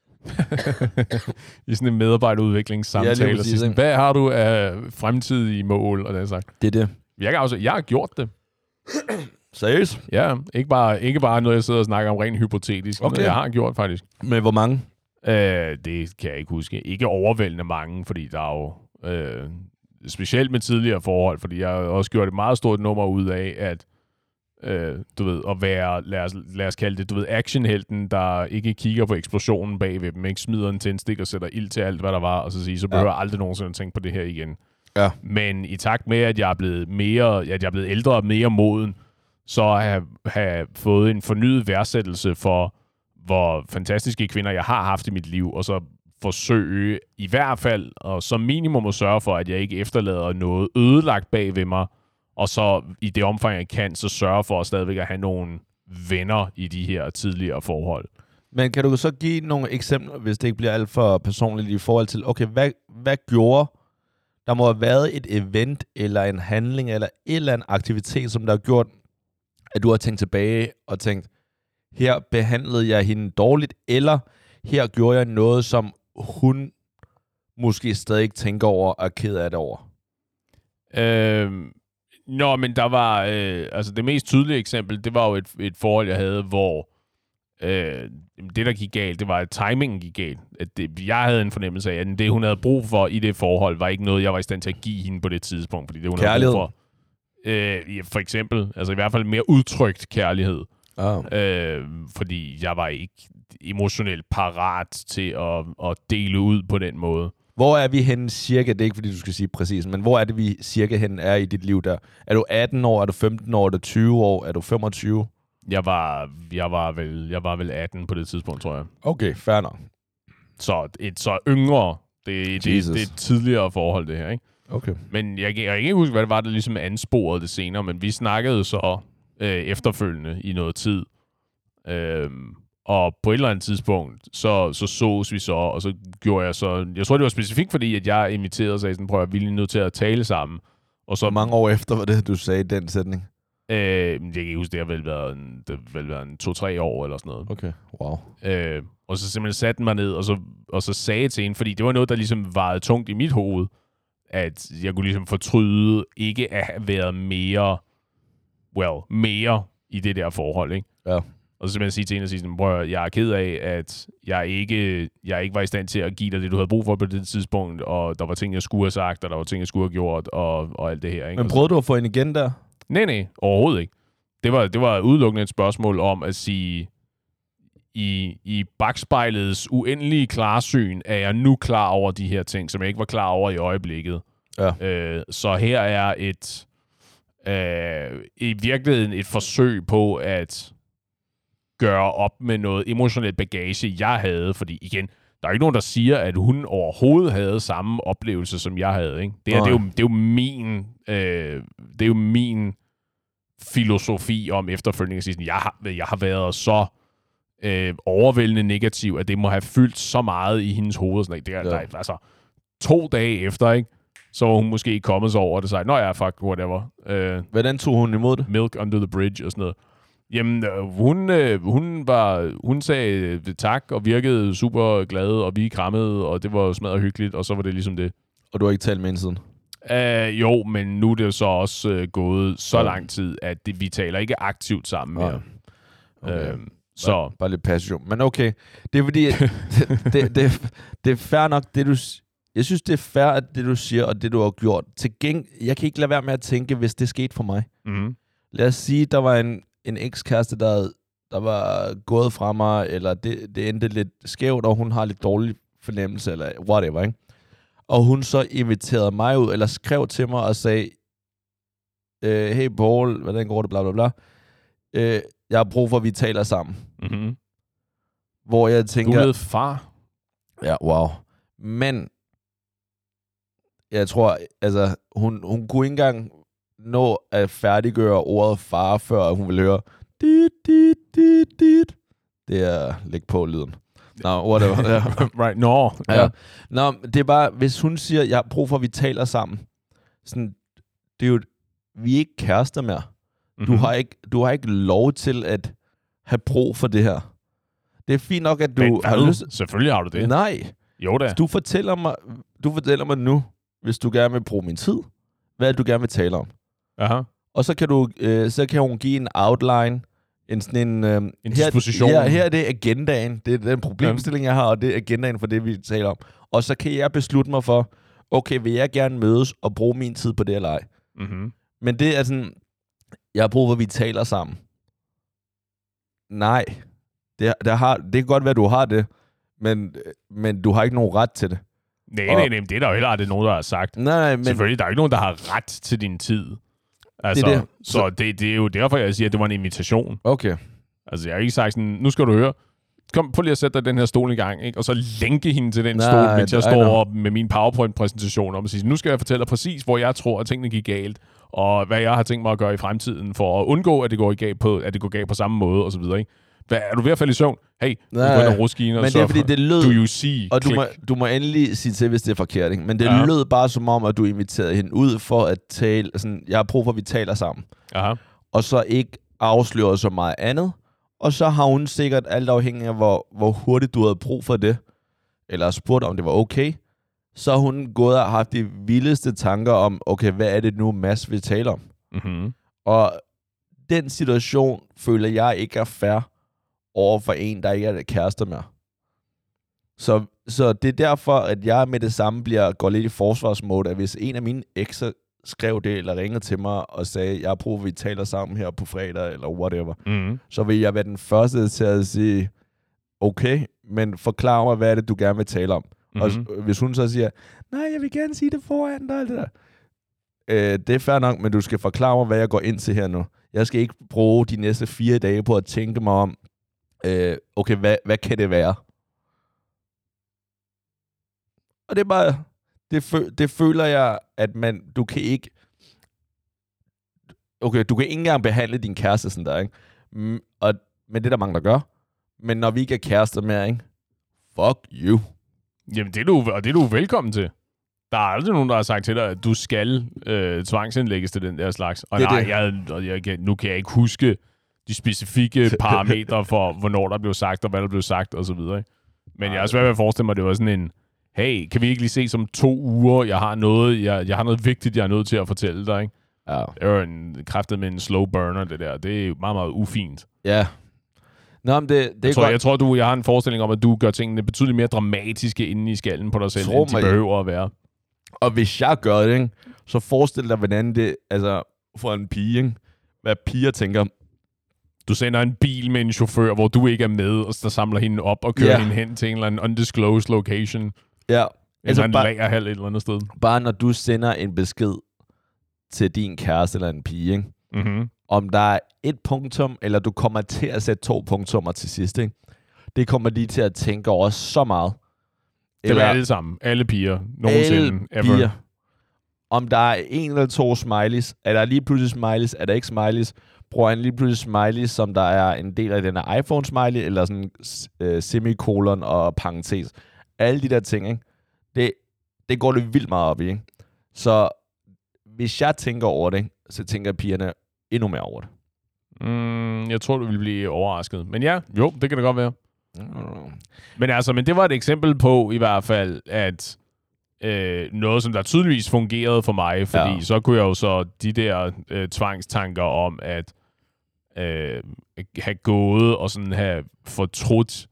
I sådan en medarbejderudviklingssamtale. Ja, sådan, hvad har du af fremtidige mål? Og det er sagt. Det er det. Jeg har gjort det. Seriøst? Ja, ikke bare noget, jeg sidder og snakker om rent hypotetisk. Okay. Jeg har gjort faktisk. Men hvor mange? Det kan jeg ikke huske. Ikke overvældende mange, fordi der er jo... specielt med tidligere forhold, fordi jeg har også gjort et meget stort nummer ud af, at du ved, at være, lad os kalde det, du ved, actionhelten, der ikke kigger på eksplosionen bagved dem, ikke smider en tændstik og sætter ild til alt, hvad der var, og så sige, så behøver jeg aldrig nogensinde at tænke på det her igen. Ja. Men i takt med, at jeg er blevet ældre og mere moden, så have fået en fornyet værdsættelse for, hvor fantastiske kvinder jeg har haft i mit liv, og så forsøge i hvert fald, og som minimum at sørge for, at jeg ikke efterlader noget ødelagt bag ved mig, og så i det omfang, jeg kan, så sørge for at stadigvæk at have nogle venner i de her tidligere forhold. Men kan du så give nogle eksempler, hvis det ikke bliver alt for personligt i forhold til, okay, hvad gjorde, der må have været et event, eller en handling, eller en eller anden aktivitet, som der har gjort, at du har tænkt tilbage og tænkt, her behandlede jeg hende dårligt, eller her gjorde jeg noget, som hun måske stadig ikke tænker over og er ked af det over? Men der var... altså, det mest tydelige eksempel, det var jo et forhold, jeg havde, hvor det, der gik galt, det var, at timingen gik galt. Jeg havde en fornemmelse af, at det, hun havde brug for i det forhold, var ikke noget, jeg var i stand til at give hende på det tidspunkt. Fordi det, hun kærlighed? Havde brug for, for eksempel. Altså i hvert fald mere udtrykt kærlighed. Fordi jeg var ikke emotionelt parat til at dele ud på den måde. Hvor er vi henne cirka? Det er ikke, fordi du skal sige præcis, men hvor er det, vi cirka henne er i dit liv der? Er du 18 år? Er du 15 år? Er du 20 år? Er du 25? Jeg var vel 18 på det tidspunkt, tror jeg. Okay, fair nok. Så yngre. Det er et tidligere forhold, det her, ikke? Okay. Men jeg kan ikke huske, hvad det var, der ligesom ansporede det senere, men vi snakkede så efterfølgende i noget tid. Og på et eller andet tidspunkt, sås vi så, og så gjorde jeg så... Jeg tror, det var specifikt, fordi at jeg inviterede og sagde sådan, prøv at vi er nødt til at tale sammen. Og så, hvor mange år efter var det, du sagde den sætning? Jeg kan ikke huske, det har vel været en 2-3 år eller sådan noget. Okay, wow. Og så simpelthen satte mig ned, og så sagde til hende, fordi det var noget, der ligesom vejede tungt i mit hoved, at jeg kunne ligesom fortryde ikke at have været mere i det der forhold, ikke? Ja. Og så simpelthen sige til hende og sige sådan, prøv, jeg er ked af, at jeg ikke var i stand til at give dig det, du havde brug for på det tidspunkt, og der var ting, jeg skulle have sagt, og der var ting, jeg skulle have gjort, og alt det her, ikke? Men prøvede du at få hende igen der? Nej, overhovedet ikke. Det var udelukkende et spørgsmål om at sige, i bagspejlets uendelige klarsyn er jeg nu klar over de her ting, som jeg ikke var klar over i øjeblikket. Ja. Så her er i virkeligheden et forsøg på at gøre op med noget emotionelt bagage, jeg havde, fordi igen, der er ikke nogen, der siger, at hun overhovedet havde samme oplevelse, som jeg havde, ikke? Det er jo min filosofi om efterfølgende at sige sådan, jeg har været så overvældende negativ, at det må have fyldt så meget i hendes hoved. Sådan, det er, der, altså, 2 dage efter, ikke? Så var hun måske kommet sig over, og det sagde, nå ja, fuck, whatever. Hvordan tog hun imod det? Milk under the bridge og sådan noget. Jamen, hun sagde tak, og virkede super glad, og vi krammede, og det var smadret hyggeligt, og så var det ligesom det. Og du har ikke talt med hende siden? Jo, men nu er det så også gået så lang tid, at vi taler ikke aktivt sammen mere. Okay. Så bare lidt passion. Men okay, det er fordi, det er fair nok, det du... Jeg synes, det er fair, at det du siger, og det du har gjort. Jeg kan ikke lade være med at tænke, hvis det skete for mig. Mm-hmm. Lad os sige, der var en ekskæreste, der var gået fra mig, eller det endte lidt skævt, og hun har lidt dårlig fornemmelse, eller whatever, ikke? Og hun så inviterede mig ud, eller skrev til mig og sagde, hey Paul, hvordan går det, bla bla bla. Jeg har brug for, at vi taler sammen. Mm-hmm. Hvor jeg tænker... Du ved far. Ja, wow. Men jeg tror, altså, hun kunne ikke engang nå at færdiggøre ordet far, før hun ville høre dit. Det er læg på lyden. Whatever. Ja. Right, no. Ja. Nå, det er bare, hvis hun siger, jeg har brug for, at vi taler sammen. Sådan, det er jo, vi er ikke kærester mere. Mm-hmm. Du har ikke lov til at have brug for det her. Det er fint nok, at du har lyst... Selvfølgelig har du det. Nej. Jo da. Du fortæller mig nu, hvis du gerne vil bruge min tid, hvad er det, du gerne vil tale om. Aha. Og så kan hun give en outline, en disposition. Her er det agendaen. Det er den problemstilling, jeg har, og det er agendaen for det, vi taler om. Og så kan jeg beslutte mig for, okay, vil jeg gerne mødes og bruge min tid på det eller ej? Mm-hmm. Men det er sådan, jeg har brug for, at vi taler sammen. Nej. Det kan godt være, at du har det, men du har ikke nogen ret til det. Nej, det er der jo heller aldrig nogen, der har sagt. Nej, men... Selvfølgelig, der er ikke nogen, der har ret til din tid. Altså, det. Så det er jo derfor, jeg siger, at det var en invitation. Okay. Altså, jeg har ikke sagt sådan, nu skal du høre, prøv lige at sætte dig den her stol i gang, ikke? Og så lænke hende til den stol, mens jeg står op med min PowerPoint-præsentation om at sige, nu skal jeg fortælle dig præcis, hvor jeg tror, at tingene gik galt, og hvad jeg har tænkt mig at gøre i fremtiden, for at undgå, at det går galt på samme måde, og så videre, ikke? Er du ved at falde i søvn? Hey, du begynder at ruske i, men det er fordi, det lød... Do you see? Og du må endelig sige til, hvis det er forkert, ikke? Men det lød bare som om, at du inviterede hende ud for at tale... Sådan, jeg har brug for, at vi taler sammen. Aha. Og så ikke afsløre så meget andet. Og så har hun sikkert, alt afhængig af, hvor hurtigt du havde brug for det, eller spurgt, om det var okay, så har hun gået og haft de vildeste tanker om, okay, hvad er det nu, Mads vil tale om? Mm-hmm. Og den situation føler jeg ikke er fair over for en, der ikke er kærester med. Så det er derfor, at jeg med det samme går lidt i forsvarsmode, at hvis en af mine ekser skrev det, eller ringede til mig og sagde, jeg har brug for, at vi taler sammen her på fredag, eller whatever, så vil jeg være den første til at sige, okay, men forklar mig, hvad er det, du gerne vil tale om? Og hvis hun så siger, nej, jeg vil gerne sige det foran dig, det der. Det er fair nok, men du skal forklare mig, hvad jeg går ind til her nu. Jeg skal ikke bruge de næste 4 dage på at tænke mig om, okay, hvad kan det være? Og det er bare, det føler jeg, at du kan ikke engang behandle din kæreste sådan der, ikke? Men det er der mange, der gør. Men når vi ikke er kærester mere, ikke? Fuck you. Jamen, det er du velkommen til. Der er aldrig nogen, der har sagt til dig, at du skal tvangsindlægges til den der slags. Og nu kan jeg ikke huske de specifikke parametre for, hvornår der blev sagt, og hvad der blev sagt, og så videre. Ikke? Men jeg er svært ved at forestille mig, at det var sådan en, hey, kan vi ikke lige se som 2 uger, jeg har noget vigtigt, jeg er nødt til at fortælle dig, ikke? Ja. Det er jo kræftet med en slow burner, det der. Det er jo meget, meget ufint. Ja. Nå, men jeg tror, jeg har en forestilling om, at du gør tingene betydeligt mere dramatiske inde i skallen på dig selv, end de behøver at være. Og hvis jeg gør det, ikke, så forestil dig, hvordan det, altså, for en pige, ikke? Hvad piger tænker. Du sender en bil med en chauffør, hvor du ikke er med, og så samler hende op og kører hende hen til en eller anden undisclosed location. Ja. Altså en lagerhal et eller andet sted. Bare når du sender en besked til din kæreste eller en pige, ikke? Mm-hmm. Om der er 1 punktum, eller du kommer til at sætte 2 punktummer til sidst, ikke? Det kommer de til at tænke over så meget. Det er alle sammen. Alle piger. Nogensinde. Alle piger. Om der er 1 eller 2 smileys, er der lige pludselig smileys, er der ikke smileys, bruger han lige pludselig smileys, som der er en del af den her iPhone-smiley, eller sådan semikolon og parentes. Alle de der ting, ikke? Det går det vildt meget op i, ikke? Så hvis jeg tænker over det, så tænker pigerne endnu mere over det. Jeg tror, du vil blive overrasket. Men ja, jo, det kan det godt være. Men det var et eksempel på, i hvert fald, at noget, som der tydeligvis fungerede for mig, fordi så kunne jeg jo så de der tvangstanker om at have gået og sådan have fortrudt,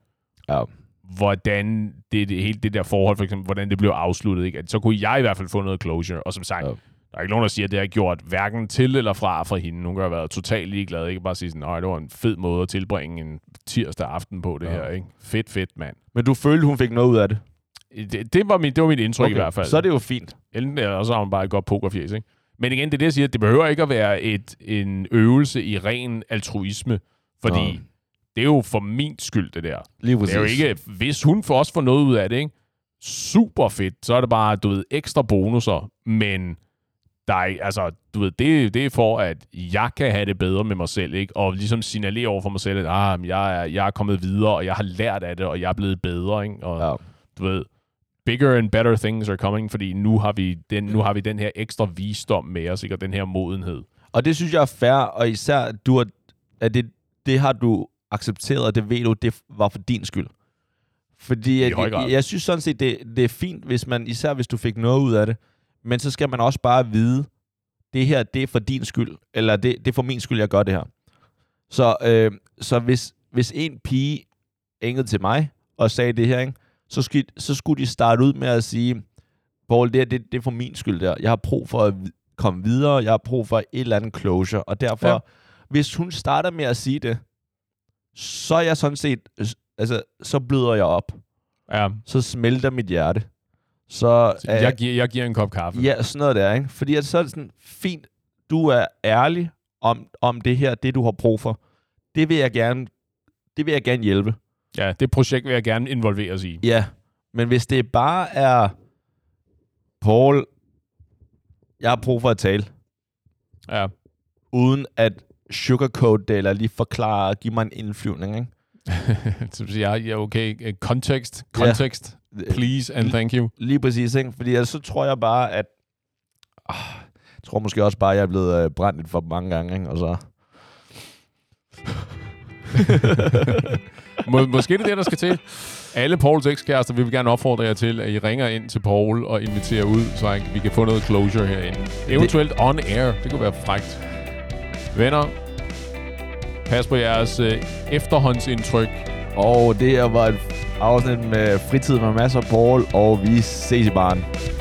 hvordan hele det der forhold, for eksempel, hvordan det blev afsluttet, ikke? At så kunne jeg i hvert fald få noget closure. Og som sagt, der er ikke nogen, der siger, at det har gjort hverken til eller fra hende. Nogen har været totalt ligeglad. Ikke bare sige sådan, det var en fed måde at tilbringe en tirsdag aften på det her, ikke? Fedt, mand. Men du følte, hun fik noget ud af det? Det var mit indtryk i hvert fald. Så er det jo fint. Og så har man bare et godt pokerfjæs, ikke? Men igen, det er det, jeg siger, det behøver ikke at være en øvelse i ren altruisme, fordi det er jo for min skyld, det der. Lige præcis. Det er jo ikke, hvis hun også får noget ud af det, ikke? Super fedt, så er det bare, ekstra bonusser, men der er, det er for, at jeg kan have det bedre med mig selv, ikke? Og ligesom signalere over for mig selv, at jeg er kommet videre, og jeg har lært af det, og jeg er blevet bedre, ikke? Og bigger and better things are coming, fordi nu har vi den her ekstra visdom med os, ikke? Og den her modenhed. Og det synes jeg er fair, og især det har du accepteret, og det ved du, det var for din skyld. Fordi jeg synes sådan set, det er fint, hvis du fik noget ud af det, men så skal man også bare vide, det her, det er for din skyld, eller det er for min skyld, jeg gør det her. Så hvis en pige ringede til mig og sagde det her, ikke, så skulle de starte ud med at sige, Paul, det er for min skyld der. Jeg har brug for at komme videre, jeg har brug for et eller andet closure, og derfor, hvis hun starter med at sige det, så er jeg sådan set, så bløder jeg op. Ja. Så smelter mit hjerte. Så jeg giver en kop kaffe. Ja, sådan noget der, ikke? Fordi så er det sådan, fint, du er ærlig om det her, det du har brug for. Det vil jeg gerne hjælpe. Ja, det projekt vil jeg gerne involveres i. Ja, men hvis det bare er, Paul, jeg har brug for at tale. Ja. Uden at sugarcoat det, eller lige forklare, give mig en indflyvning, ikke? Så ja, okay. Kontekst, please and thank you. Lige præcis, ikke? Fordi så tror jeg bare, at... jeg tror måske også bare, at jeg er blevet brændt for mange gange, ikke? Og så... Måske det er det, der skal til. Alle Pauls ekskærester, vi vil gerne opfordre jer til, at I ringer ind til Paul og inviterer ud, så vi kan få noget closure herinde. Eventuelt on air. Det kunne være frækt. Venner, pas på jeres efterhåndsindtryk. Og det her var et afsnit med fritid med masser af Paul, og vi ses i baren.